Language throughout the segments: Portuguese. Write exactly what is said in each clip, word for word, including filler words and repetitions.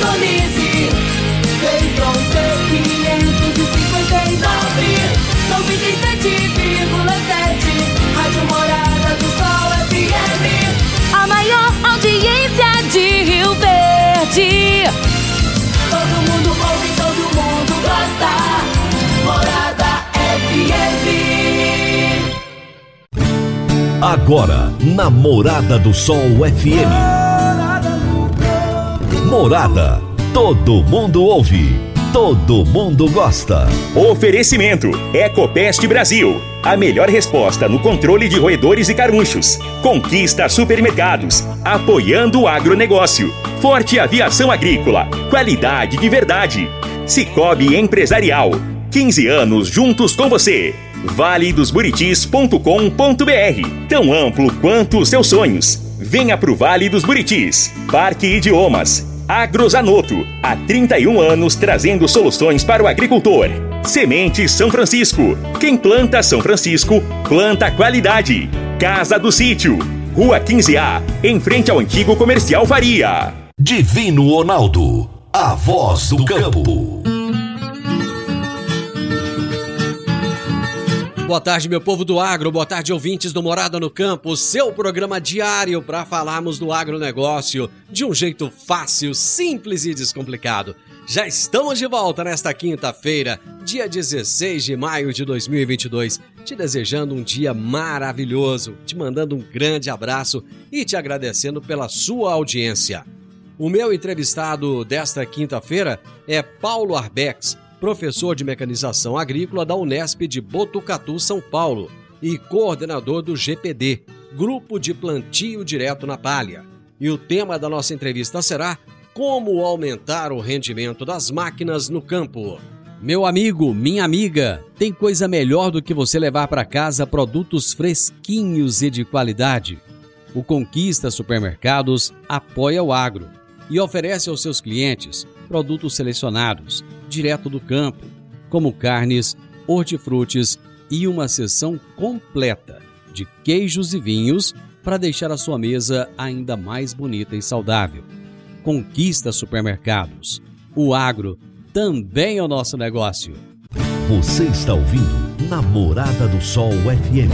sintonize. Feitron T quinhentos e cinquenta e nove, noventa e sete vírgula sete, Rádio Morada do Sol F M. A maior audiência de Rio Verde. Todo mundo ouve, todo mundo gosta. Morada F M. Agora, na Morada do Sol F M. Morada. Todo mundo ouve. Todo mundo gosta. Oferecimento: Ecopest Brasil. A melhor resposta no controle de roedores e carunchos. Conquista Supermercados. Apoiando o agronegócio. Forte Aviação Agrícola. Qualidade de verdade. Cicobi Empresarial. quinze anos juntos com você. vale dos buritis ponto com ponto b r. Tão amplo quanto os seus sonhos. Venha pro Vale dos Buritis. Parque Idiomas. Agrozanoto. Há trinta e um anos trazendo soluções para o agricultor. Sementes São Francisco. Quem planta São Francisco, planta qualidade. Casa do Sítio. Rua quinze A, em frente ao antigo Comercial Faria. Divino Ronaldo, a voz do campo. Boa tarde, meu povo do agro, boa tarde, ouvintes do Morada no Campo, seu programa diário para falarmos do agronegócio de um jeito fácil, simples e descomplicado. Já estamos de volta nesta quinta-feira, dia dezesseis de maio de dois mil e vinte e dois, te desejando um dia maravilhoso, te mandando um grande abraço e te agradecendo pela sua audiência. O meu entrevistado desta quinta-feira é Paulo Arbex, professor de mecanização agrícola da Unesp de Botucatu, São Paulo, e coordenador do G P D, Grupo de Plantio Direto na Palha. E o tema da nossa entrevista será como aumentar o rendimento das máquinas no campo. Meu amigo, minha amiga, tem coisa melhor do que você levar para casa produtos fresquinhos e de qualidade? O Conquista Supermercados apoia o agro e oferece aos seus clientes produtos selecionados, direto do campo, como carnes, hortifrutis e uma seção completa de queijos e vinhos para deixar a sua mesa ainda mais bonita e saudável. Conquista Supermercados. O agro também é o nosso negócio. Você está ouvindo Namorada do Sol F M.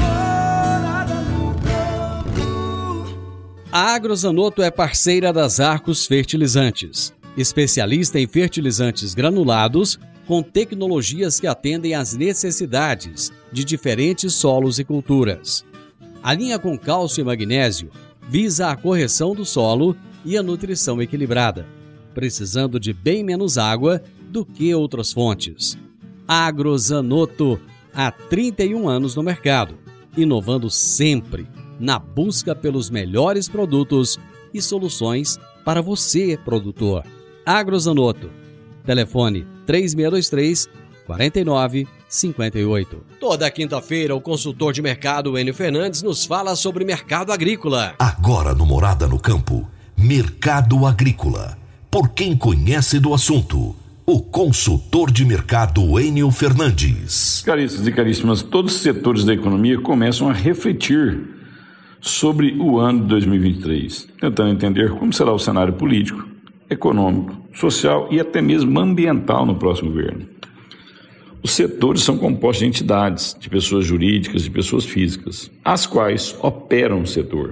A Agrozanoto é parceira das Arcos Fertilizantes, especialista em fertilizantes granulados com tecnologias que atendem às necessidades de diferentes solos e culturas. A linha com cálcio e magnésio visa a correção do solo e a nutrição equilibrada, precisando de bem menos água do que outras fontes. Agrozanoto, há trinta e um anos no mercado, inovando sempre na busca pelos melhores produtos e soluções para você, produtor. Agrozanoto. Telefone três seis dois três, quatro nove cinco oito. Toda quinta-feira, o consultor de mercado Enio Fernandes nos fala sobre mercado agrícola. Agora no Morada no Campo, Mercado Agrícola. Por quem conhece do assunto, o consultor de mercado Enio Fernandes. Caríssimos e caríssimas, todos os setores da economia começam a refletir sobre o ano de dois mil e vinte e três, tentando entender como será o cenário político, econômico, social e até mesmo ambiental no próximo governo. Os setores são compostos de entidades, de pessoas jurídicas e pessoas físicas, as quais operam o setor.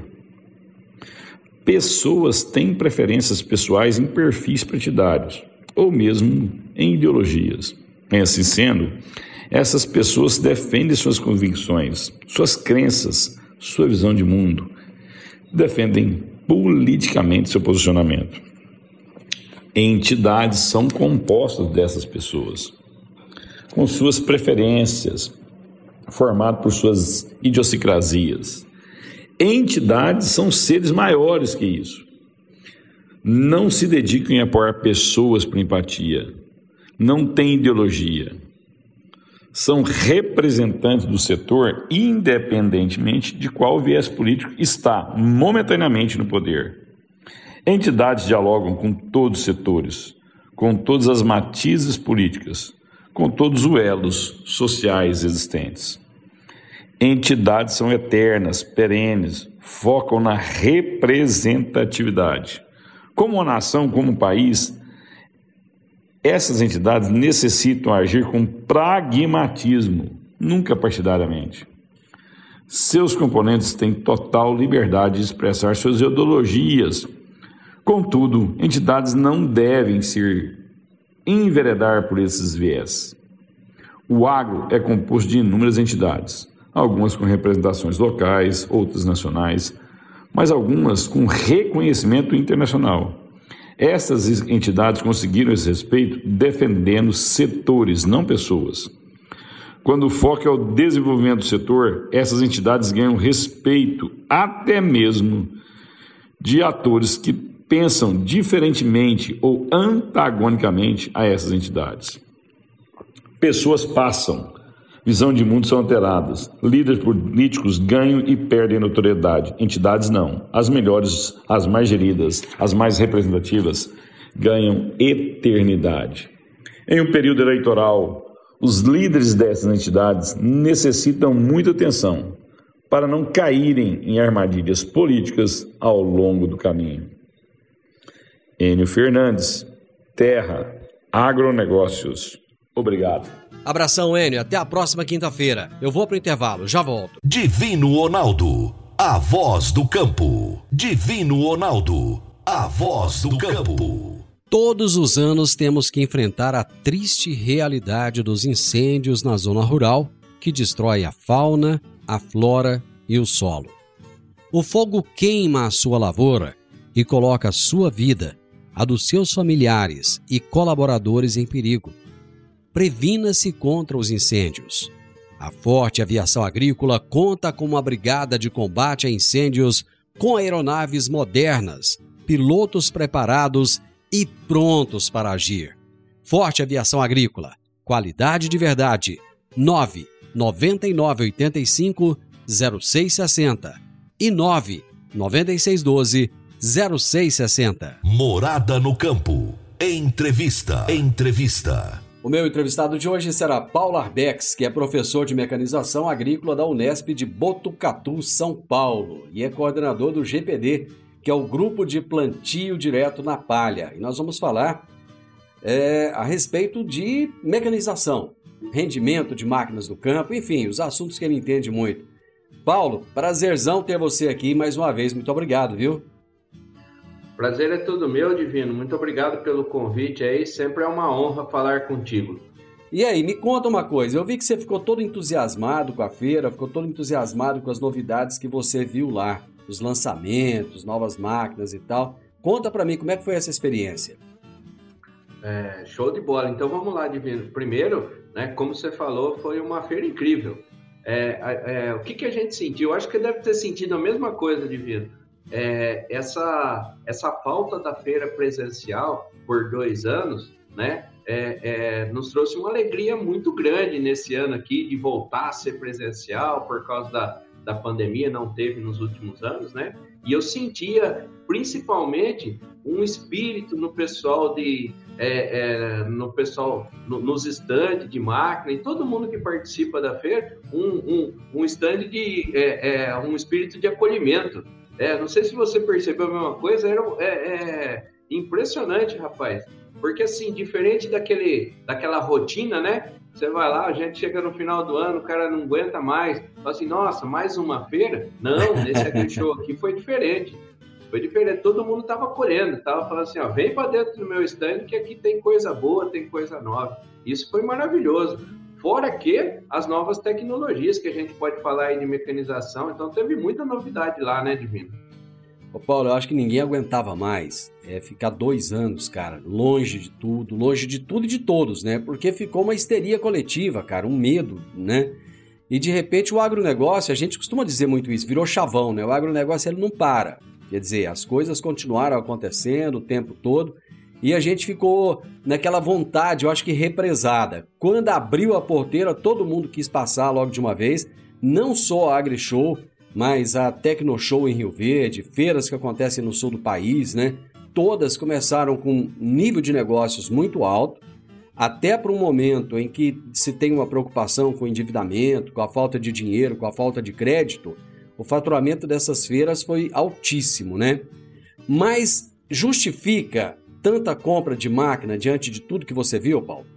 Pessoas têm preferências pessoais em perfis partidários, ou mesmo em ideologias. Assim sendo, essas pessoas defendem suas convicções, suas crenças, sua visão de mundo, defendem politicamente seu posicionamento. Entidades são compostas dessas pessoas, com suas preferências, formadas por suas idiosincrasias. Entidades são seres maiores que isso. Não se dedicam em apoiar pessoas por empatia, não têm ideologia. São representantes do setor, independentemente de qual viés político está momentaneamente no poder. Entidades dialogam com todos os setores, com todas as matizes políticas, com todos os elos sociais existentes. Entidades são eternas, perenes, focam na representatividade. Como uma nação, como um país, Essas entidades necessitam agir com pragmatismo, nunca partidariamente. Seus componentes têm total liberdade de expressar suas ideologias. Contudo, entidades não devem se enveredar por esses viés. O agro é composto de inúmeras entidades, algumas com representações locais, outras nacionais, mas algumas com reconhecimento internacional. Essas entidades conseguiram esse respeito defendendo setores, não pessoas. Quando o foco é o desenvolvimento do setor, essas entidades ganham respeito até mesmo de atores que pensam diferentemente ou antagonicamente a essas entidades. Pessoas passam, visão de mundo são alteradas, líderes políticos ganham e perdem notoriedade, entidades não. As melhores, as mais geridas, as mais representativas ganham eternidade. Em um período eleitoral, os líderes dessas entidades necessitam muita atenção para não caírem em armadilhas políticas ao longo do caminho. Enio Fernandes, Terra, Agronegócios. Obrigado. Abração, Enio. Até a próxima quinta-feira. Eu vou pro intervalo, já volto. Divino Ronaldo, a voz do campo. Divino Ronaldo, a voz do campo. Todos os anos temos que enfrentar a triste realidade dos incêndios na zona rural, que destrói a fauna, a flora e o solo. O fogo queima a sua lavoura e coloca a sua vida, a dos seus familiares e colaboradores em perigo. Previna-se contra os incêndios. A Forte Aviação Agrícola conta com uma brigada de combate a incêndios com aeronaves modernas, pilotos preparados e prontos para agir. Forte Aviação Agrícola, qualidade de verdade. nove nove nove oito cinco zero seis seis zero e nove nove seis um dois zero seis seis zero. Morada no Campo. Entrevista. Entrevista. O meu entrevistado de hoje será Paulo Arbex, que é professor de mecanização agrícola da Unesp de Botucatu, São Paulo, e é coordenador do G P D, que é o Grupo de Plantio Direto na Palha. E nós vamos falar é, a respeito de mecanização, rendimento de máquinas do campo, enfim, os assuntos que ele entende muito. Paulo, prazerzão ter você aqui mais uma vez. Muito obrigado, viu? Prazer é todo meu, Divino. Muito obrigado pelo convite aí. Sempre é uma honra falar contigo. E aí, me conta uma coisa. Eu vi que você ficou todo entusiasmado com a feira, ficou todo entusiasmado com as novidades que você viu lá, os lançamentos, novas máquinas e tal. Conta pra mim como é que foi essa experiência. É, show de bola. Então vamos lá, Divino. Primeiro, né, como você falou, foi uma feira incrível. É, é, o que, que a gente sentiu? Eu acho que deve ter sentido a mesma coisa, Divino. É, essa, essa falta da feira presencial por dois anos, né, é, é, nos trouxe uma alegria muito grande nesse ano aqui de voltar a ser presencial por causa da, da pandemia, não teve nos últimos anos, né? E eu sentia principalmente um espírito no pessoal de é, é, no pessoal no, nos estandes de máquina e todo mundo que participa da feira, um, um, um stand de é, é, um espírito de acolhimento. É, não sei se você percebeu a mesma coisa, era é, é, impressionante, rapaz, porque assim, diferente daquele, daquela rotina, né, você vai lá, a gente chega no final do ano, o cara não aguenta mais, fala assim, nossa, mais uma feira? Não, nesse aqui show aqui foi diferente, foi diferente, todo mundo tava acolhendo, tava falando assim, ó, vem para dentro do meu stand que aqui tem coisa boa, tem coisa nova, isso foi maravilhoso. Fora que as novas tecnologias que a gente pode falar aí de mecanização, então teve muita novidade lá, né, Divino? Ô Paulo, eu acho que ninguém aguentava mais é, ficar dois anos, cara, longe de tudo, longe de tudo e de todos, né? Porque ficou uma histeria coletiva, cara, um medo, né? E de repente o agronegócio, a gente costuma dizer muito isso, virou chavão, né? O agronegócio ele não para, quer dizer, as coisas continuaram acontecendo o tempo todo, e a gente ficou naquela vontade, eu acho que represada. Quando abriu a porteira, todo mundo quis passar logo de uma vez. Não só a AgriShow, mas a Tecnoshow em Rio Verde, feiras que acontecem no sul do país, né? Todas começaram com um nível de negócios muito alto, até para um momento em que se tem uma preocupação com o endividamento, com a falta de dinheiro, com a falta de crédito, o faturamento dessas feiras foi altíssimo, né? Mas justifica tanta compra de máquina diante de tudo que você viu, Paulo?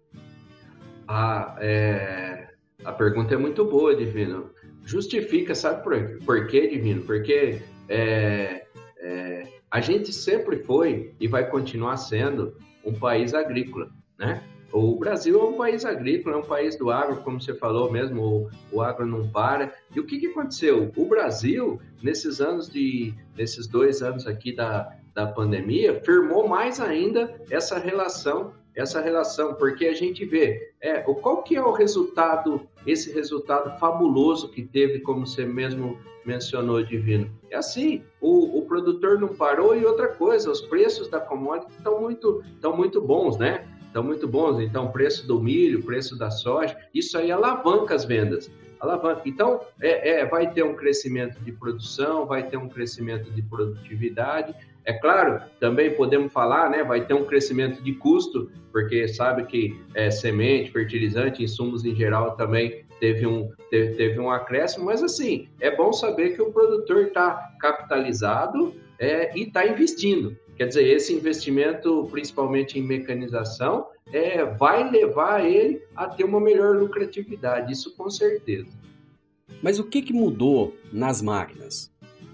Ah, é... a pergunta é muito boa, Divino. Justifica, sabe por, por quê, Divino? Porque é, é, a gente sempre foi e vai continuar sendo um país agrícola, né? O Brasil é um país agrícola, é um país do agro, como você falou mesmo, o, o agro não para. E o que, que aconteceu? O Brasil, nesses anos de, nesses dois anos aqui da, da pandemia, firmou mais ainda essa relação, essa relação, porque a gente vê, é, qual que é o resultado, esse resultado fabuloso que teve, como você mesmo mencionou, Divino. É assim, o, o produtor não parou e outra coisa, os preços da commodity estão muito, estão muito bons, né? Estão muito bons, então o preço do milho, o preço da soja, isso aí alavanca as vendas, alavanca. Então, é, é, vai ter um crescimento de produção, vai ter um crescimento de produtividade. É claro, também podemos falar, né, vai ter um crescimento de custo, porque sabe que é, semente, fertilizante, insumos em geral também teve um, teve, teve um acréscimo, mas assim, é bom saber que o produtor está capitalizado é, e está investindo. Quer dizer, esse investimento, principalmente em mecanização, é, vai levar ele a ter uma melhor lucratividade, isso com certeza. Mas o que, que mudou nas máquinas?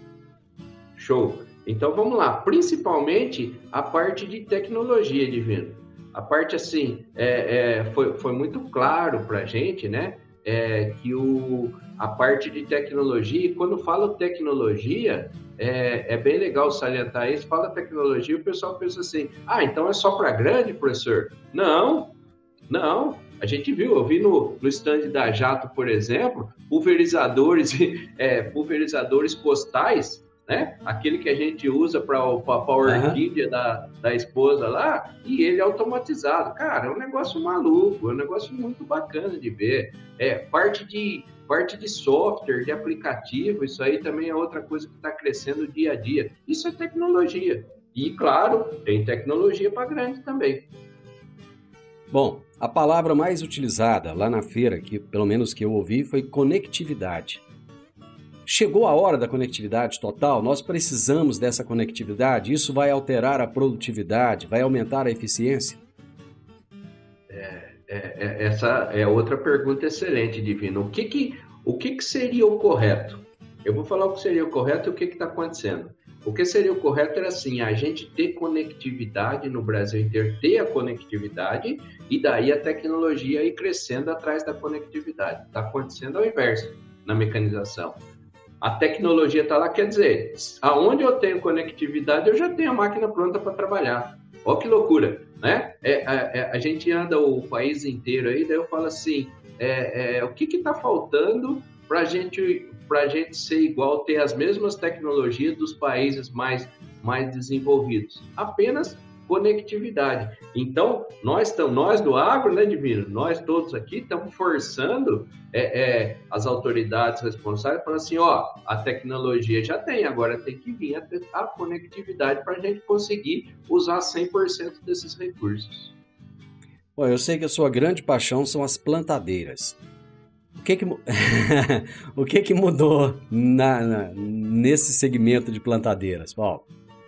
Show! Então vamos lá, principalmente a parte de tecnologia, Divino. A parte assim, é, é, foi, foi muito claro para a gente, né? É, que o, a parte de tecnologia, e quando falo tecnologia, é, é bem legal salientar isso, fala tecnologia, o pessoal pensa assim, ah, então é só para grande, professor? Não, não, a gente viu, eu vi no, no stand da Jato, por exemplo, pulverizadores, é, pulverizadores postais, né? Aquele que a gente usa para a orquídea uhum. da, da esposa lá, e ele é automatizado. Cara, é um negócio maluco, é um negócio muito bacana de ver. É, parte de, parte de software, de aplicativo, isso aí também é outra coisa que está crescendo dia a dia. Isso é tecnologia. E, claro, tem tecnologia para grande também. Bom, a palavra mais utilizada lá na feira, que pelo menos que eu ouvi, foi conectividade. Chegou a hora da conectividade total? Nós precisamos dessa conectividade? Isso vai alterar a produtividade? Vai aumentar a eficiência? É, é, essa é outra pergunta excelente, Divino. O que, que, o que, que seria o correto? Eu vou falar o que seria o correto e o que está acontecendo. O que seria o correto era assim, a gente ter conectividade no Brasil inteiro, ter a conectividade e daí a tecnologia ir crescendo atrás da conectividade. Está acontecendo ao inverso na mecanização. A tecnologia está lá, quer dizer, aonde eu tenho conectividade, eu já tenho a máquina pronta para trabalhar. Olha que loucura, né? É, é, a gente anda o país inteiro aí, daí eu falo assim, é, é, o que está faltando para gente, a gente ser igual, ter as mesmas tecnologias dos países mais, mais desenvolvidos? Apenas conectividade. Então, nós, estamos, nós do agro, né, Divino? Nós todos aqui estamos forçando é, é, as autoridades responsáveis, falando assim, ó, a tecnologia já tem, agora tem que vir a, a conectividade para a gente conseguir usar cem por cento desses recursos. Bom, eu sei que a sua grande paixão são as plantadeiras. O que que, o que, que mudou na, na, nesse segmento de plantadeiras, Paulo?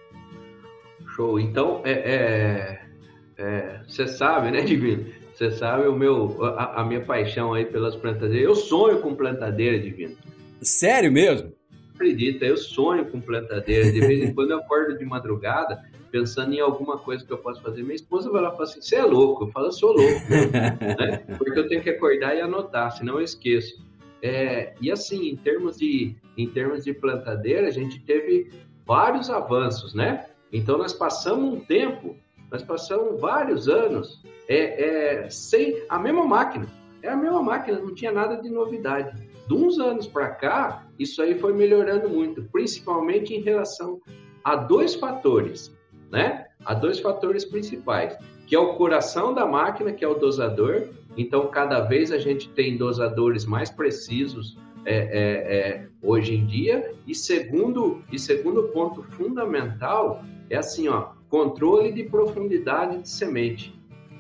Show. Então, é, é, é, você sabe, né, Divino? Você sabe o meu, a, a minha paixão aí pelas plantadeiras. Eu sonho com plantadeira, Divino. Sério mesmo? Acredita, eu sonho com plantadeira. De vez em quando eu acordo de madrugada pensando em alguma coisa que eu posso fazer. Minha esposa vai lá e fala assim, você é louco? Eu falo, eu sou louco, né? Porque eu tenho que acordar e anotar, senão eu esqueço. É, e assim, em termos, de, em termos de plantadeira, a gente teve vários avanços, né? Então, nós passamos um tempo, nós passamos vários anos é, é, sem a mesma máquina. É a mesma máquina, não tinha nada de novidade. De uns anos para cá, isso aí foi melhorando muito, principalmente em relação a dois fatores, né? A dois fatores principais, que é o coração da máquina, que é o dosador. Então, cada vez a gente tem dosadores mais precisos É, é, é, hoje em dia, e segundo, e segundo ponto fundamental é assim, ó, controle de profundidade de semente.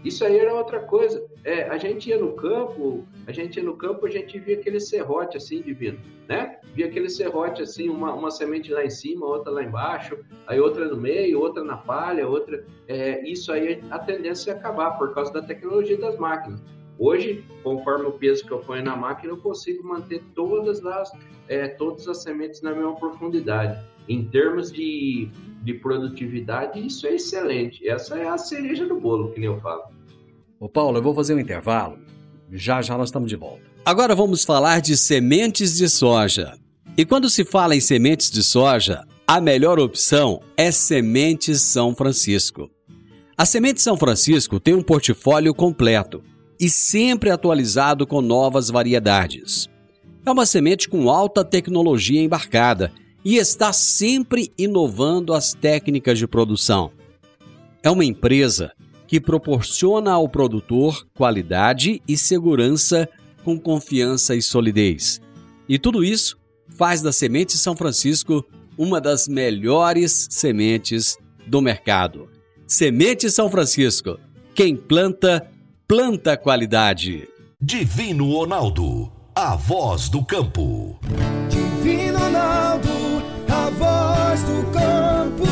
Isso aí era outra coisa. É, a gente ia no campo, a gente ia no campo, a gente via aquele serrote assim, divino, né? Via aquele serrote assim, uma, uma semente lá em cima, outra lá embaixo, aí outra no meio, outra na palha, outra... É, isso aí, a tendência é acabar por causa da tecnologia das máquinas. Hoje, conforme o peso que eu ponho na máquina, eu consigo manter todas as, é, todas as sementes na mesma profundidade. Em termos de, de produtividade, isso é excelente. Essa é a cereja do bolo, que nem eu falo. Ô Paulo, eu vou fazer um intervalo. Já já nós estamos de volta. Agora vamos falar de sementes de soja. E quando se fala em sementes de soja, a melhor opção é Sementes São Francisco. A Semente São Francisco tem um portfólio completo e sempre atualizado com novas variedades. É uma semente com alta tecnologia embarcada e está sempre inovando as técnicas de produção. É uma empresa que proporciona ao produtor qualidade e segurança com confiança e solidez. E tudo isso faz da Semente São Francisco uma das melhores sementes do mercado. Semente São Francisco. Quem planta, planta qualidade. Divino Ronaldo, a voz do campo. Divino Ronaldo, a voz do campo.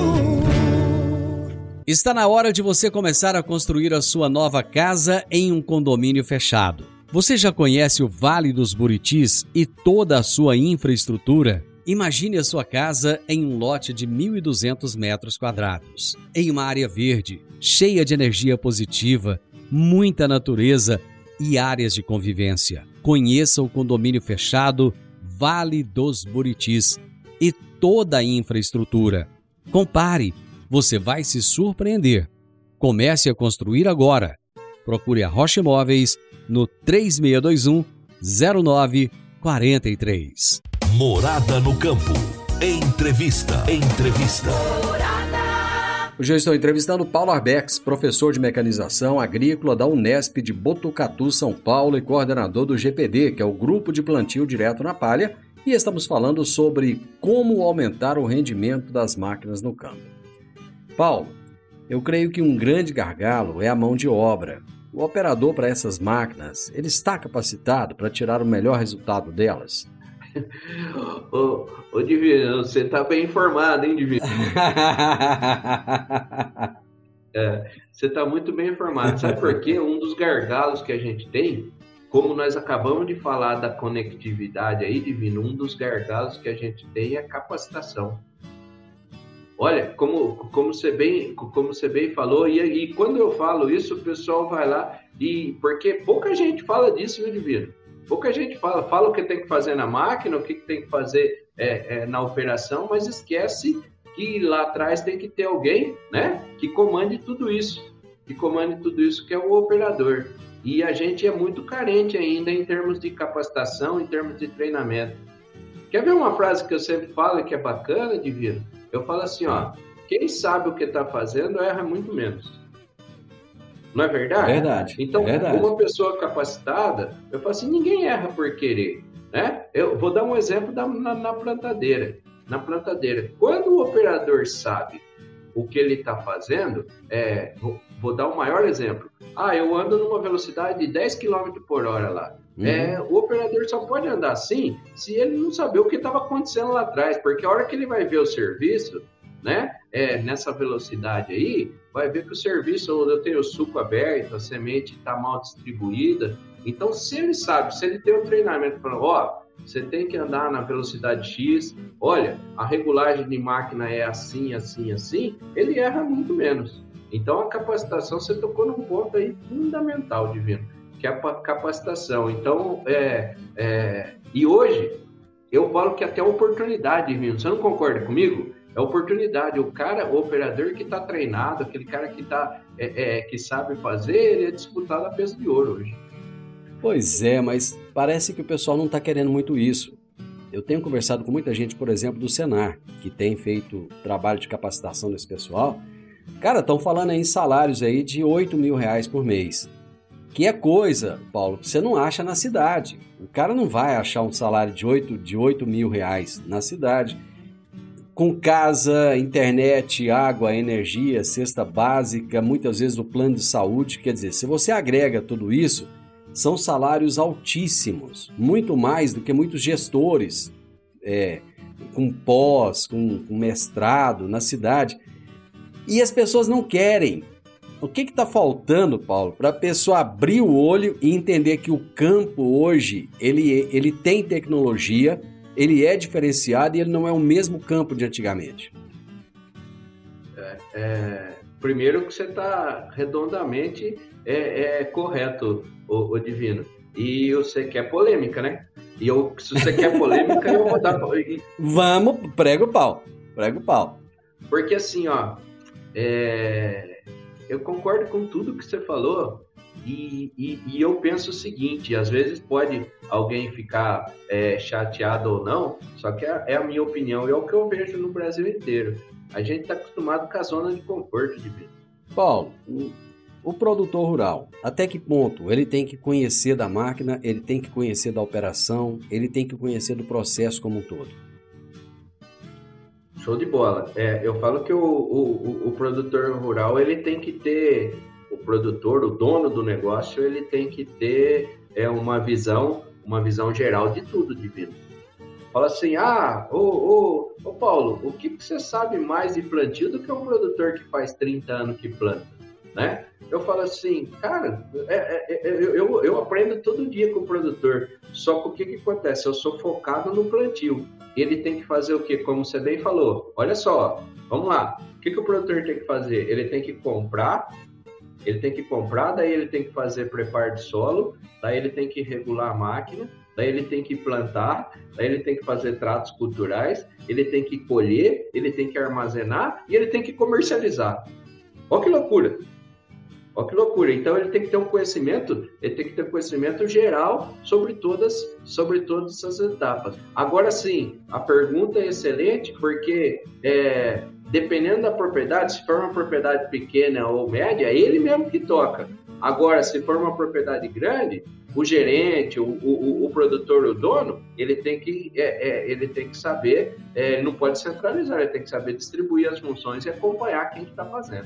Está na hora de você começar a construir a sua nova casa em um condomínio fechado. Você já conhece o Vale dos Buritis e toda a sua infraestrutura? Imagine a sua casa em um lote de mil e duzentos metros quadrados, em uma área verde, cheia de energia positiva, muita natureza e áreas de convivência. Conheça o condomínio fechado Vale dos Buritis e toda a infraestrutura. Compare, você vai se surpreender. Comece a construir agora. Procure a Rocha Imóveis no três seis dois um, zero nove quatro três. Morada no Campo. Entrevista. Entrevista. Hoje eu estou entrevistando Paulo Arbex, professor de mecanização agrícola da Unesp de Botucatu, São Paulo e coordenador do G P D, que é o Grupo de Plantio Direto na Palha, e estamos falando sobre como aumentar o rendimento das máquinas no campo. Paulo, eu creio que um grande gargalo é a mão de obra. O operador para essas máquinas, ele está capacitado para tirar o melhor resultado delas? Ô, ô Divino, você tá bem informado, hein, Divino? É, você tá muito bem informado. Sabe por quê? Um dos gargalos que a gente tem, como nós acabamos de falar da conectividade aí, Divino, um dos gargalos que a gente tem é a capacitação. Olha, como, como, você, bem, como você bem falou, e, e quando eu falo isso, o pessoal vai lá, e porque pouca gente fala disso, viu, Divino? Pouca gente fala, fala o que tem que fazer na máquina, o que tem que fazer é, é, na operação, mas esquece que lá atrás tem que ter alguém, né, que comande tudo isso, que comande tudo isso, que é o operador. E a gente é muito carente ainda em termos de capacitação, em termos de treinamento. Quer ver uma frase que eu sempre falo que é bacana, Divino? Eu falo assim, ó, quem sabe o que está fazendo erra muito menos. Não é verdade? Verdade. Então, é verdade. Uma pessoa capacitada, eu falo assim, ninguém erra por querer, né? Eu vou dar um exemplo da, na, na plantadeira. Na plantadeira, quando o operador sabe o que ele está fazendo, é, vou, vou dar um maior exemplo. Ah, eu ando numa velocidade de dez quilômetros por hora lá. Uhum. É, o operador só pode andar assim se ele não saber o que estava acontecendo lá atrás, porque a hora que ele vai ver o serviço, né, é, nessa velocidade aí, vai ver que o serviço, eu tenho o suco aberto, a semente está mal distribuída. Então, se ele sabe, se ele tem um treinamento falando, ó, você tem que andar na velocidade X, olha, a regulagem de máquina é assim, assim, assim, ele erra muito menos. Então, a capacitação, você tocou num ponto aí fundamental, Divino, que é a capacitação. Então, é, é, e hoje, eu falo que até oportunidade, Divino, você não concorda comigo? É oportunidade. O cara, o operador que está treinado, aquele cara que, tá, é, é, que sabe fazer, ele é disputado a peso de ouro hoje. Pois é, mas parece que o pessoal não está querendo muito isso. Eu tenho conversado com muita gente, por exemplo, do Senar, que tem feito trabalho de capacitação desse pessoal. Cara, estão falando aí em salários aí de oito mil reais por mês. Que é coisa, Paulo, que você não acha na cidade. O cara não vai achar um salário de oito, de oito mil reais na cidade. com casa, internet, água, energia, cesta básica, muitas vezes o plano de saúde. Quer dizer, se você agrega tudo isso, são salários altíssimos, muito mais do que muitos gestores é, com pós, com, com mestrado na cidade. E as pessoas não querem. O que está faltando, Paulo, para a pessoa abrir o olho e entender que o campo hoje ele, ele tem tecnologia, ele é diferenciado e ele não é o mesmo campo de antigamente? É, é, primeiro que você está redondamente é, é correto, o, o Divino. E você quer polêmica, né? E eu, se você quer polêmica, eu vou dar... Vamos, prega o pau. Prega o pau. Porque assim, ó, é, eu concordo com tudo que você falou e, e, e eu penso o seguinte, às vezes pode alguém ficar é, chateado ou não, só que é, é a minha opinião e é o que eu vejo no Brasil inteiro. A gente está acostumado com a zona de conforto de vida. Paulo, o, o produtor rural, até que ponto ele tem que conhecer da máquina, ele tem que conhecer da operação, ele tem que conhecer do processo como um todo? Show de bola. É, eu falo que o, o, o produtor rural, ele tem que ter, o produtor, o dono do negócio, ele tem que ter é, uma visão, uma visão geral de tudo, Divino. Fala assim, ah, ô, ô, ô Paulo, o que, que você sabe mais de plantio do que um produtor que faz trinta anos que planta, né? Eu falo assim, cara, é, é, é, eu, eu aprendo todo dia com o produtor, só que o que, que acontece? Eu sou focado no plantio. Ele tem que fazer o quê? Como você bem falou. Olha só, vamos lá. O que, que o produtor tem que fazer? Ele tem que comprar, ele tem que comprar, daí ele tem que fazer preparo de solo, daí ele tem que regular a máquina, daí ele tem que plantar, daí ele tem que fazer tratos culturais, ele tem que colher, ele tem que armazenar e ele tem que comercializar. Olha que loucura! Olha que loucura! Então ele tem que ter um conhecimento, ele tem que ter um conhecimento geral sobre todas, sobre todas essas etapas. Agora sim, a pergunta é excelente porque é, dependendo da propriedade, se for uma propriedade pequena ou média, é ele mesmo que toca. Agora, se for uma propriedade grande, o gerente, o, o, o produtor, o dono, ele tem que, é, é, ele tem que saber, é, não pode centralizar, ele tem que saber distribuir as funções e acompanhar quem está fazendo.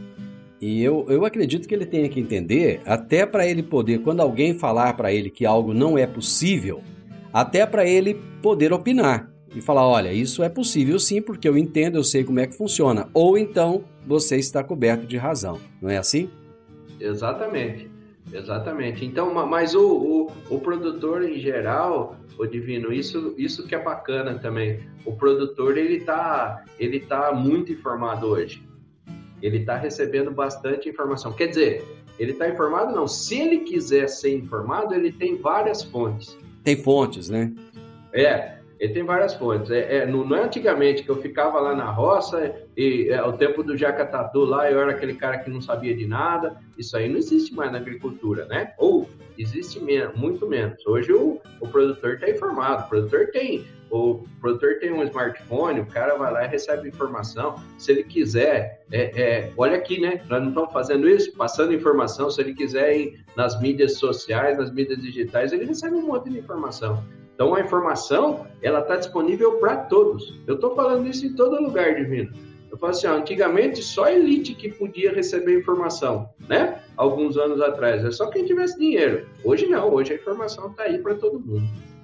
E eu, eu acredito que ele tenha que entender, até para ele poder, quando alguém falar para ele que algo não é possível, até para ele poder opinar e falar, olha, isso é possível sim, porque eu entendo, eu sei como é que funciona. Ou então, você está coberto de razão, não é assim? Exatamente, exatamente. Então, mas o, o, o produtor em geral, o Divino, isso, isso que é bacana também. O produtor, ele está ele tá muito informado hoje. Ele está recebendo bastante informação. Quer dizer, ele está informado? Não. Se ele quiser ser informado, ele tem várias fontes. Tem fontes, né? É, ele tem várias fontes. É, é, não, não é antigamente que eu ficava lá na roça e é, o tempo do jacatatu lá, eu era aquele cara que não sabia de nada. Isso aí não existe mais na agricultura, né? Ou existe menos, muito menos. Hoje o, o produtor está informado. O produtor tem... O produtor tem um smartphone, o cara vai lá e recebe informação. Se ele quiser, é, é, olha aqui, né? Nós não estamos fazendo isso, passando informação. Se ele quiser ir nas mídias sociais, nas mídias digitais, ele recebe um monte de informação. Então, a informação, ela está disponível para todos. Eu estou falando isso em todo lugar, Divino. Eu falo assim, ó, antigamente só a elite que podia receber informação, né? Alguns anos atrás, é só quem tivesse dinheiro. Hoje não, hoje a informação está aí para todo mundo.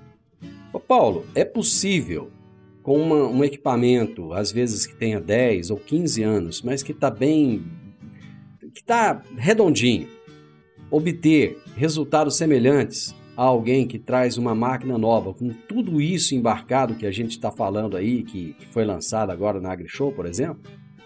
Ô Paulo, é possível, com uma, um equipamento, às vezes que tenha dez ou quinze anos, mas que está bem, que está redondinho, obter resultados semelhantes a alguém que traz uma máquina nova, com tudo isso embarcado que a gente está falando aí, que, que foi lançado agora na AgriShow, por exemplo?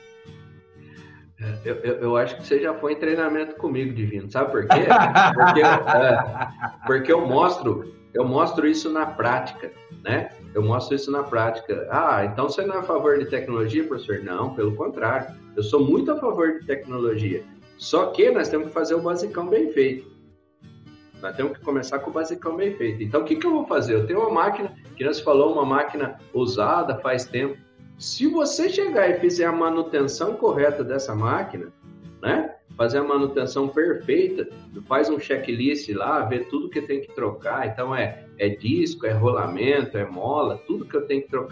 Eu, eu, eu acho que você já foi em treinamento comigo, Divino. Sabe por quê? Porque, é, porque eu mostro... Eu mostro isso na prática, né? Eu mostro isso na prática. Ah, então você não é a favor de tecnologia, professor? Não, pelo contrário. Eu sou muito a favor de tecnologia. Só que nós temos que fazer o basicão bem feito. Nós temos que começar com o basicão bem feito. Então, o que, que eu vou fazer? Eu tenho uma máquina, que nós falou, uma máquina usada faz tempo. Se você chegar e fizer a manutenção correta dessa máquina, né? Fazer a manutenção perfeita, faz um checklist lá, vê tudo que tem que trocar. Então, é, é disco, é rolamento, é mola, tudo que eu tenho que trocar.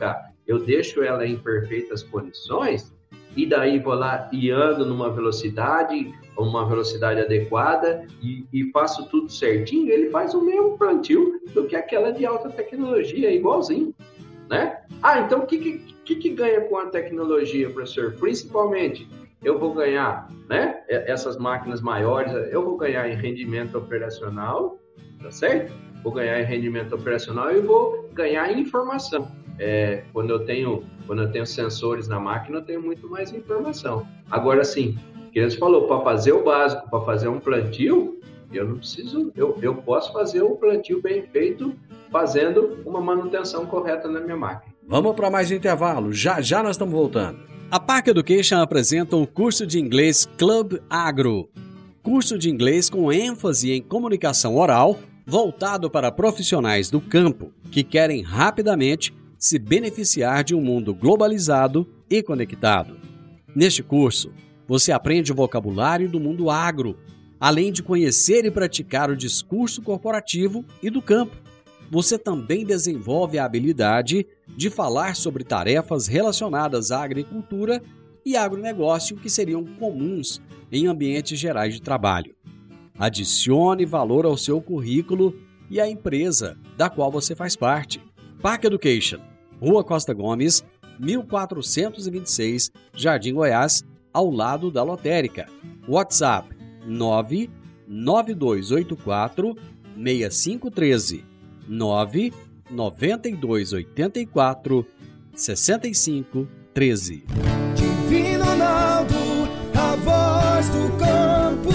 eu deixo ela em perfeitas condições e daí vou lá e ando numa velocidade, uma velocidade adequada e, e faço tudo certinho, ele faz o mesmo plantio do que aquela de alta tecnologia, igualzinho, né? Ah, então o que, que, que ganha com a tecnologia, professor? Principalmente, eu vou ganhar, né? Essas máquinas maiores, eu vou ganhar em rendimento operacional, tá certo? Vou ganhar em rendimento operacional e vou ganhar em informação. É, quando eu tenho, quando eu tenho sensores na máquina, eu tenho muito mais informação. Agora, sim, o que eles falou, para fazer o básico, para fazer um plantio, eu não preciso, eu, eu posso fazer o plantio bem feito, fazendo uma manutenção correta na minha máquina. Vamos para mais um intervalo, já já nós estamos voltando. A Park Education apresenta o curso de inglês Club Agro, curso de inglês com ênfase em comunicação oral, voltado para profissionais do campo que querem rapidamente se beneficiar de um mundo globalizado e conectado. Neste curso, você aprende o vocabulário do mundo agro, além de conhecer e praticar o discurso corporativo e do campo. Você também desenvolve a habilidade de falar sobre tarefas relacionadas à agricultura e agronegócio que seriam comuns em ambientes gerais de trabalho. Adicione valor ao seu currículo e à empresa da qual você faz parte. Park Education, Rua Costa Gomes, mil quatrocentos e vinte e seis, Jardim Goiás, ao lado da lotérica. WhatsApp nove nove dois oito quatro seis cinco um três, nove nove dois oito quatro seis cinco um três. Divino Ronaldo, a voz do campo.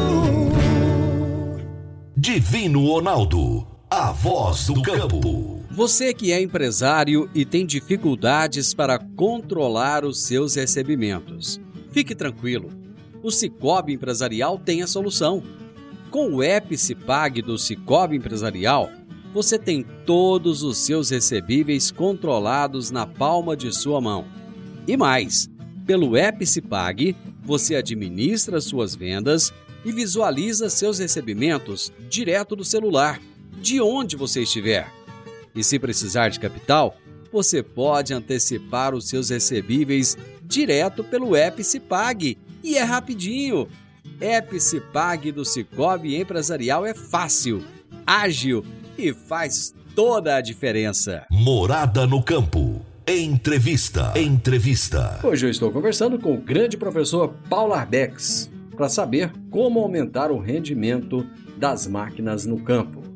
Divino Ronaldo, a voz do campo. Você que é empresário e tem dificuldades para controlar os seus recebimentos, fique tranquilo, o Sicoob Empresarial tem a solução. Com o app Cipag do Sicoob Empresarial, você tem todos os seus recebíveis controlados na palma de sua mão. E mais, pelo app Cipag, você administra suas vendas e visualiza seus recebimentos direto do celular, de onde você estiver. E se precisar de capital, você pode antecipar os seus recebíveis direto pelo app Cipag. E é rapidinho. App Cipag do Sicoob Empresarial é fácil, ágil e faz toda a diferença. Morada no Campo. Entrevista. Entrevista. Hoje eu estou conversando com o grande professor Paulo Arbex para saber como aumentar o rendimento das máquinas no campo.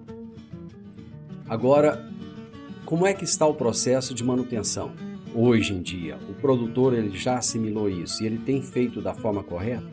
Agora, como é que está o processo de manutenção? Hoje em dia, o produtor ele já assimilou isso e ele tem feito da forma correta?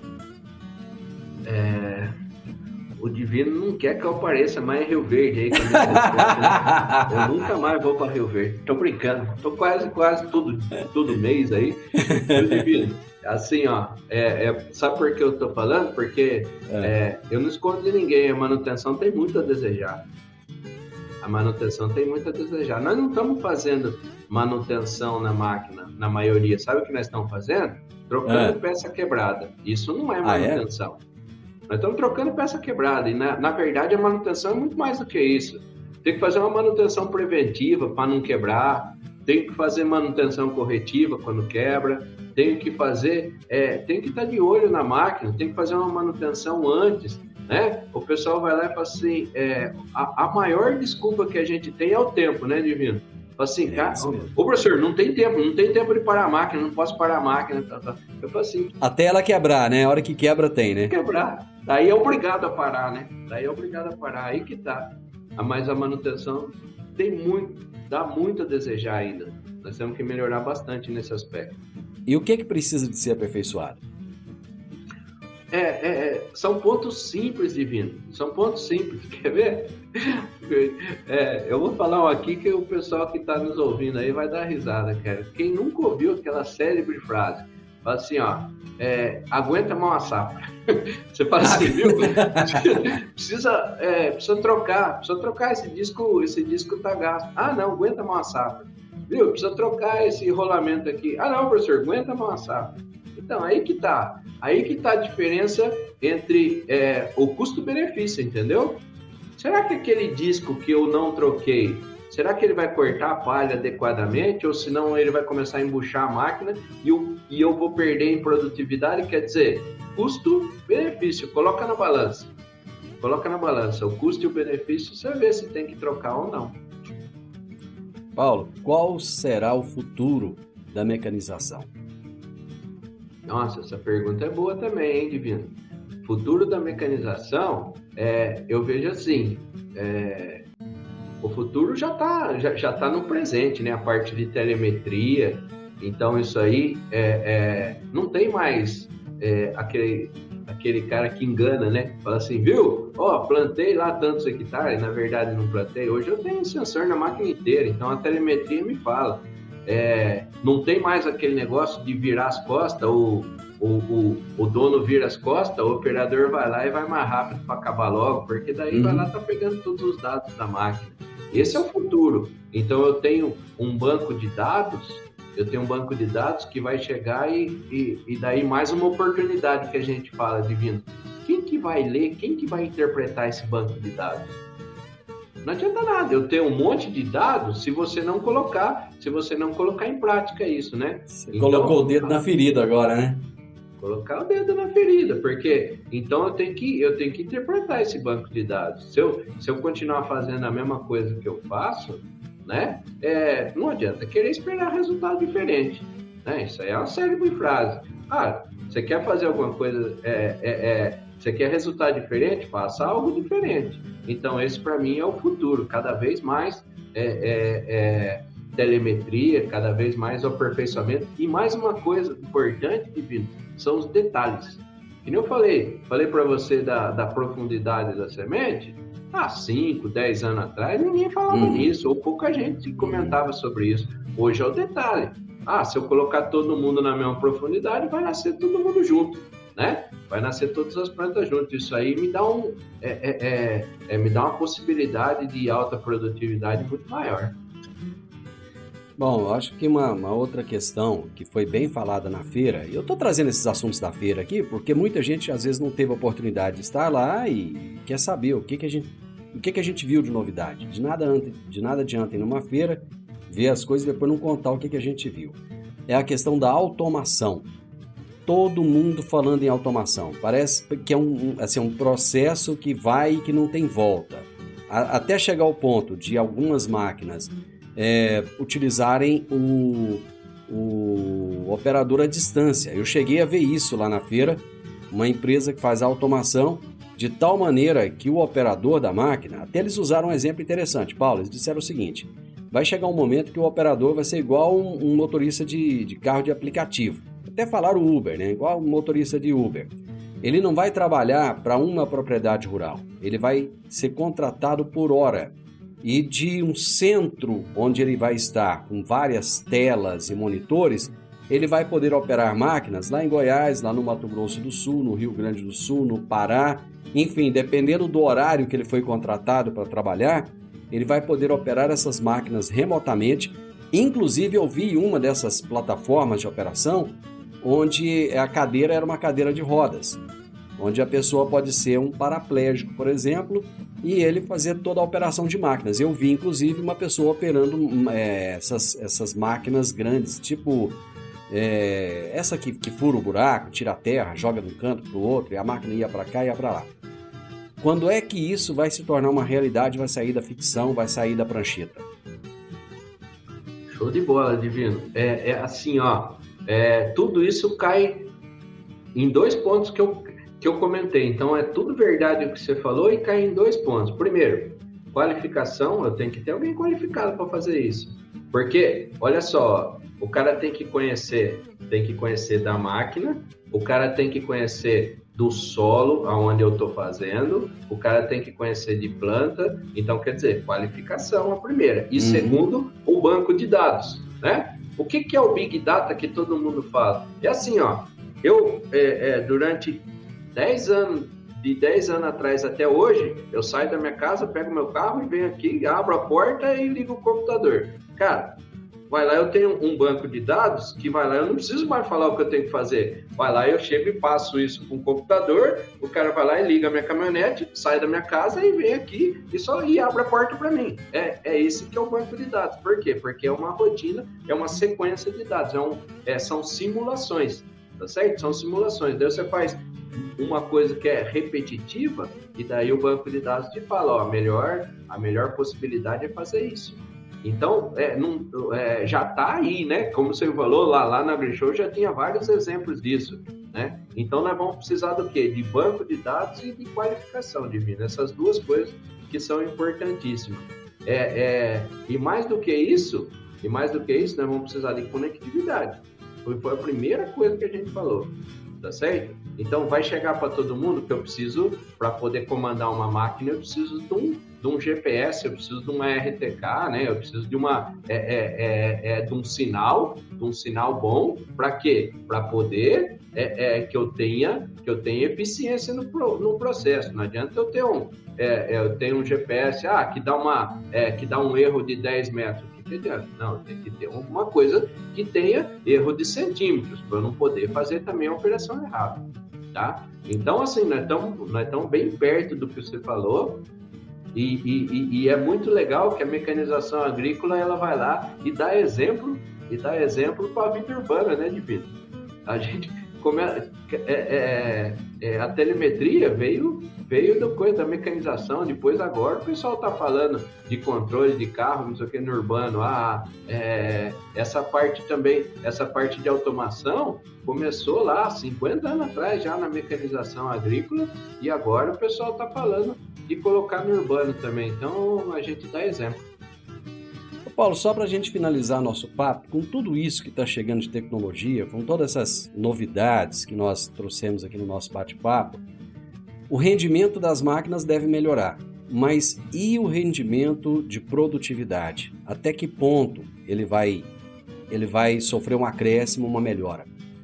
É... O Divino não quer que eu apareça mais em Rio Verde aí. Quando eu, eu nunca mais vou para Rio Verde. Tô brincando. Tô quase, quase todo, todo mês aí. O Divino, assim, ó, é, é, sabe por que eu tô falando? Porque é. É, eu não escondo de ninguém. A manutenção tem muito a desejar. A manutenção tem muito a desejar. Nós não estamos fazendo manutenção na máquina, na maioria. Sabe o que nós estamos fazendo? Trocando é. peça quebrada. Isso não é manutenção. Ah, é? Nós estamos trocando peça quebrada. E, na, na verdade, a manutenção é muito mais do que isso. Tem que fazer uma manutenção preventiva para não quebrar. Tem que fazer manutenção corretiva quando quebra. Tem que fazer... É, tem que estar de olho na máquina. Tem que fazer uma manutenção antes. Né? O pessoal vai lá e fala assim, é, a, a maior desculpa que a gente tem é o tempo, né, Divino? Fala assim, cara, ô professor, não tem tempo, não tem tempo de parar a máquina, não posso parar a máquina. Tá, tá. Eu falo assim... Até ela quebrar, né? A hora que quebra tem, né? Quebrar. Daí é obrigado a parar, né? Daí é obrigado a parar, aí que tá. Mas a manutenção tem muito, dá muito a desejar ainda. Nós temos que melhorar bastante nesse aspecto. E o que é que precisa de ser aperfeiçoado? É, é, é, são pontos simples, Divino. São pontos simples. Quer ver? É, eu vou falar um aqui que o pessoal que está nos ouvindo aí vai dar risada, cara. Quem nunca ouviu aquela célebre frase, fala assim, ó, é, aguenta a mão a safra. Você fala assim, viu? precisa, é, precisa trocar, precisa trocar esse disco, esse disco tá gasto. Ah, não, aguenta a mão a safra. Viu? Precisa trocar esse rolamento aqui. Ah, não, professor, aguenta a mão a safra. Então, aí que tá. Aí que tá a diferença entre é, o custo-benefício, entendeu? Será que aquele disco que eu não troquei, será que ele vai cortar a palha adequadamente ou senão ele vai começar a embuchar a máquina e eu, e eu vou perder em produtividade? Quer dizer, custo-benefício, coloca na balança. Coloca na balança o custo e o benefício, você vê se tem que trocar ou não. Paulo, qual será o futuro da mecanização? Nossa, essa pergunta é boa também, hein, Divino? Futuro da mecanização, é, eu vejo assim, é, o futuro já está já, já tá no presente, né? A parte de telemetria, então isso aí é, é, não tem mais é, aquele, aquele cara que engana, né? Fala assim, viu? Ó, oh, plantei lá tantos hectares, na verdade não plantei. Hoje eu tenho um sensor na máquina inteira, então a telemetria me fala. É, não tem mais aquele negócio de virar as costas, ou o, o, o dono vira as costas, o operador vai lá e vai mais rápido para acabar logo, porque daí uhum. vai lá e tá pegando todos os dados da máquina. Esse é o futuro. Então eu tenho um banco de dados, eu tenho um banco de dados que vai chegar e, e, e daí mais uma oportunidade que a gente fala, Divino. Quem que vai ler, quem que vai interpretar esse banco de dados? Não adianta nada, eu tenho um monte de dados se você não colocar, se você não colocar em prática isso, né? Você então, colocou o dedo na ferida agora, né? Colocar o dedo na ferida, porque então eu tenho que, eu tenho que interpretar esse banco de dados. Se eu, se eu continuar fazendo a mesma coisa que eu faço, né? É, não adianta querer esperar resultado diferente, né? Isso aí é uma cérebro em frase. Ah, você quer fazer alguma coisa, é, é, é, você quer resultado diferente? Faça algo diferente. Então, esse para mim é o futuro, cada vez mais é, é, é, telemetria, cada vez mais aperfeiçoamento. E mais uma coisa importante, Divino, são os detalhes. Que nem eu falei, falei para você da, da profundidade da semente, há cinco, dez anos atrás, ninguém falava uhum. nisso, ou pouca gente comentava sobre isso. Hoje é o detalhe. Ah, se eu colocar todo mundo na mesma profundidade, vai nascer todo mundo junto, né? Vai nascer todas as plantas juntas. Isso aí me dá, um, é, é, é, é, me dá uma possibilidade de alta produtividade muito maior. Bom, eu acho que uma, uma outra questão que foi bem falada na feira, e eu estou trazendo esses assuntos da feira aqui, porque muita gente às vezes não teve a oportunidade de estar lá e quer saber o que, que, a, gente, o que, que a gente viu de novidade. De nada, ante, de nada adianta ir numa feira, ver as coisas e depois não contar o que, que a gente viu. É a questão da automação. Todo mundo falando em automação. Parece que é um, assim, um processo que vai e que não tem volta. A, até chegar ao ponto de algumas máquinas é, utilizarem o, o operador à distância. Eu cheguei a ver isso lá na feira, uma empresa que faz automação de tal maneira que o operador da máquina, até eles usaram um exemplo interessante, Paulo, eles disseram o seguinte, vai chegar um momento que o operador vai ser igual um, um motorista de, de carro de aplicativo. Até falaram o Uber, né? Igual um motorista de Uber. Ele não vai trabalhar para uma propriedade rural. Ele vai ser contratado por hora. E de um centro onde ele vai estar com várias telas e monitores, ele vai poder operar máquinas lá em Goiás, lá no Mato Grosso do Sul, no Rio Grande do Sul, no Pará. Enfim, dependendo do horário que ele foi contratado para trabalhar, ele vai poder operar essas máquinas remotamente. Inclusive, eu vi uma dessas plataformas de operação onde a cadeira era uma cadeira de rodas, onde a pessoa pode ser um paraplégico, por exemplo, e ele fazer toda a operação de máquinas. Eu vi, inclusive, uma pessoa operando é, essas, essas máquinas grandes, tipo é, essa que, que fura o buraco, tira a terra, joga de um canto para o outro, e a máquina ia para cá e ia para lá. Quando é que isso vai se tornar uma realidade, vai sair da ficção, vai sair da prancheta? Show de bola, Divino. É, é assim, ó, é, tudo isso cai em dois pontos que eu, que eu comentei. Então, é tudo verdade o que você falou e cai em dois pontos. Primeiro, qualificação, eu tenho que ter alguém qualificado para fazer isso. Porque, olha só, o cara tem que conhecer, tem que conhecer da máquina, o cara tem que conhecer do solo, aonde eu estou fazendo, o cara tem que conhecer de planta, então quer dizer, qualificação a primeira. E uhum. segundo, o banco de dados, né? O que, que é o Big Data que todo mundo fala? É assim, ó, eu, é, é, durante dez anos, de dez anos atrás até hoje, eu saio da minha casa, pego meu carro e venho aqui, abro a porta e ligo o computador. Cara, vai lá, eu tenho um banco de dados que vai lá, eu não preciso mais falar o que eu tenho que fazer. Vai lá, eu chego e passo isso para um computador, o cara vai lá e liga a minha caminhonete, sai da minha casa e vem aqui e só e abre a porta para mim. É, é esse que é o banco de dados. Por quê? Porque é uma rotina, é uma sequência de dados, é um, é, são simulações, tá certo? São simulações. Daí você faz uma coisa que é repetitiva e daí o banco de dados te fala, ó, a melhor, a melhor possibilidade é fazer isso. Então, é, não, é, já está aí, né? Como você falou, lá, lá na AgriShow já tinha vários exemplos disso, né? Então, nós vamos precisar do quê? De banco de dados e de qualificação divina. Essas duas coisas que são importantíssimas. É, é, e mais do que isso, e mais do que isso, nós vamos precisar de conectividade. Foi a primeira coisa que a gente falou, tá certo? Então, vai chegar para todo mundo que eu preciso, para poder comandar uma máquina, eu preciso de um, de um G P S, eu preciso de uma R T K, né? Eu preciso de, uma, é, é, é, de um sinal, de um sinal bom, para quê? Para poder é, é, que, eu tenha, que eu tenha eficiência no, no processo. Não adianta eu ter um, é, eu tenho um G P S ah, que, dá uma, é, que dá um erro de dez metros. Não, tem que ter alguma coisa que tenha erro de centímetros, para eu não poder fazer também a operação errada, tá? Então, assim, nós estamos nós estamos bem perto do que você falou e, e, e é muito legal que a mecanização agrícola, ela vai lá e dá exemplo, e dá exemplo para a vida urbana, né, Divino? A gente, como é, é, é, é, a telemetria veio, veio do coisa da mecanização, depois agora o pessoal está falando de controle de carro, não sei o que, no urbano, ah, é, essa parte também, essa parte de automação começou lá cinquenta anos atrás já na mecanização agrícola e agora o pessoal está falando de colocar no urbano também, então a gente dá exemplo. Paulo, só para a gente finalizar nosso papo, com tudo isso que está chegando de tecnologia, com todas essas novidades que nós trouxemos aqui no nosso bate-papo, o rendimento das máquinas deve melhorar, mas e o rendimento de produtividade? Até que ponto ele vai, ele vai sofrer um acréscimo, uma melhora?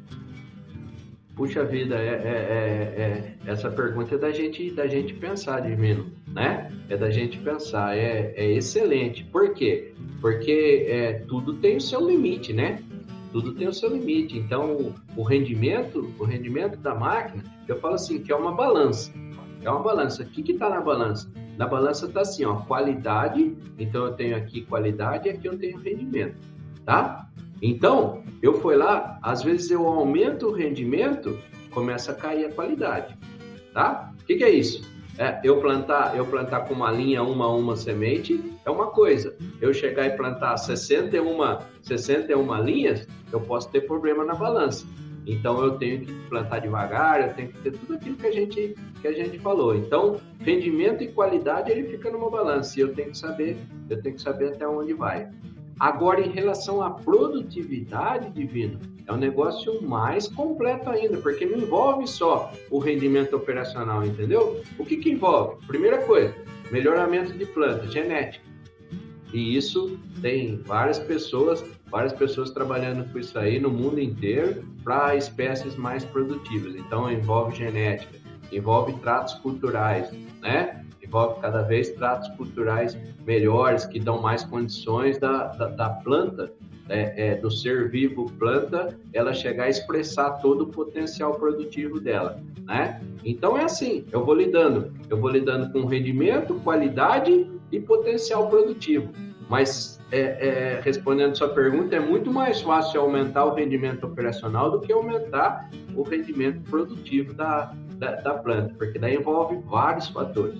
Puxa vida, é, é, é, é, essa pergunta é da gente, da gente pensar, Divino, né? É da gente pensar, é, é excelente. Por quê? Porque é, tudo tem o seu limite, né? Tudo tem o seu limite. Então, o rendimento, o rendimento da máquina, eu falo assim, que é uma balança. É uma balança. O que que tá na balança? Na balança tá assim, ó, qualidade. Então, eu tenho aqui qualidade e aqui eu tenho rendimento, tá? Então, eu fui lá, às vezes eu aumento o rendimento, começa a cair a qualidade, tá? O que que é isso? É, eu plantar, eu plantar com uma linha uma a uma semente é uma coisa. Eu chegar e plantar sessenta e uma linhas, eu posso ter problema na balança. Então eu tenho que plantar devagar, eu tenho que ter tudo aquilo que a gente, que a gente falou. Então, rendimento e qualidade ele fica numa balança e eu tenho que saber, eu tenho que saber até onde vai. Agora, em relação à produtividade, Divino, é um negócio mais completo ainda, porque não envolve só o rendimento operacional, entendeu? O que que envolve? Primeira coisa, melhoramento de planta, genética. E isso tem várias pessoas, várias pessoas trabalhando com isso aí no mundo inteiro para espécies mais produtivas. Então, envolve genética, envolve tratos culturais, né? Envolve cada vez tratos culturais melhores, que dão mais condições da, da, da planta, é, é, do ser vivo planta, ela chegar a expressar todo o potencial produtivo dela, né? Então é assim, eu vou lidando, eu vou lidando com rendimento, qualidade e potencial produtivo. Mas, é, é, respondendo a sua pergunta, é muito mais fácil aumentar o rendimento operacional do que aumentar o rendimento produtivo da, da, da planta, porque daí envolve vários fatores.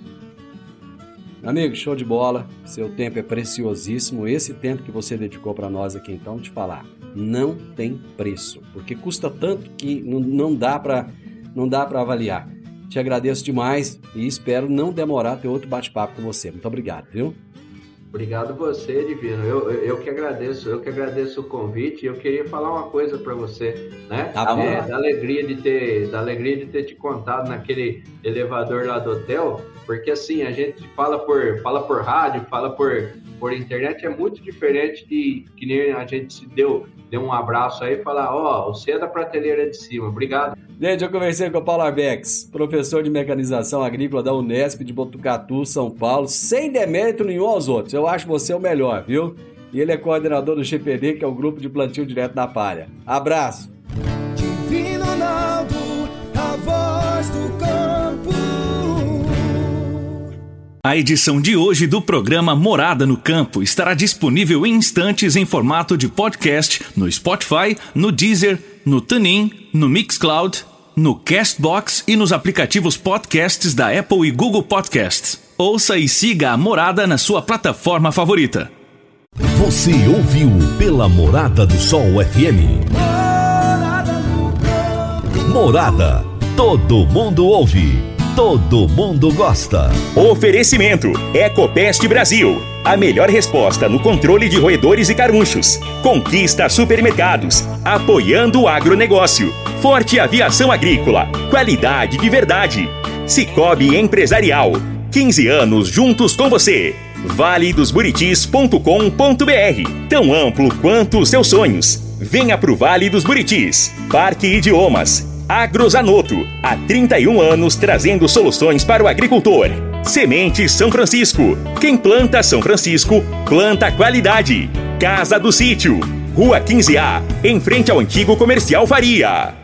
Amigo, show de bola, seu tempo é preciosíssimo, esse tempo que você dedicou para nós aqui, então, te falar, não tem preço, porque custa tanto que não, não dá para não dá para avaliar. Te agradeço demais e espero não demorar ter outro bate-papo com você. Muito obrigado, viu? Obrigado você, Divino. Eu, eu, eu que agradeço, eu que agradeço o convite. Eu queria falar uma coisa para você, né? Tá bom. É, da alegria de ter, da alegria de ter te contado naquele elevador lá do hotel, porque assim a gente fala por, fala por rádio, fala por, por internet, é muito diferente de que nem a gente se deu, deu um abraço aí e falar, ó, oh, você é da prateleira de cima. Obrigado. Gente, eu conversei com o Paulo Arbex, professor de mecanização agrícola da Unesp de Botucatu, São Paulo, sem demérito nenhum aos outros. Eu acho você o melhor, viu? e ele é coordenador do G P D, que é o Grupo de Plantio Direto da Palha. Abraço! Divino Ronaldo, a voz do campo. A edição de hoje do programa Morada no Campo estará disponível em instantes em formato de podcast no Spotify, no Deezer, no TuneIn, no Mixcloud, no Castbox e nos aplicativos podcasts da Apple e Google Podcasts. Ouça e siga a Morada na sua plataforma favorita. Você ouviu pela Morada do Sol F M. Morada. Todo mundo ouve. Todo mundo gosta. Oferecimento Ecopest Brasil. A melhor resposta no controle de roedores e carunchos. Conquista Supermercados. Apoiando o agronegócio. Forte Aviação Agrícola. Qualidade de verdade. Cicobi Empresarial. quinze anos juntos com você. vale dos buritis ponto com ponto b r. Tão amplo quanto os seus sonhos. Venha pro Vale dos Buritis. Parque Idiomas. Agrozanoto, há trinta e um anos trazendo soluções para o agricultor. Sementes São Francisco. Quem planta São Francisco, planta qualidade. Casa do Sítio, Rua quinze A, em frente ao antigo Comercial Faria.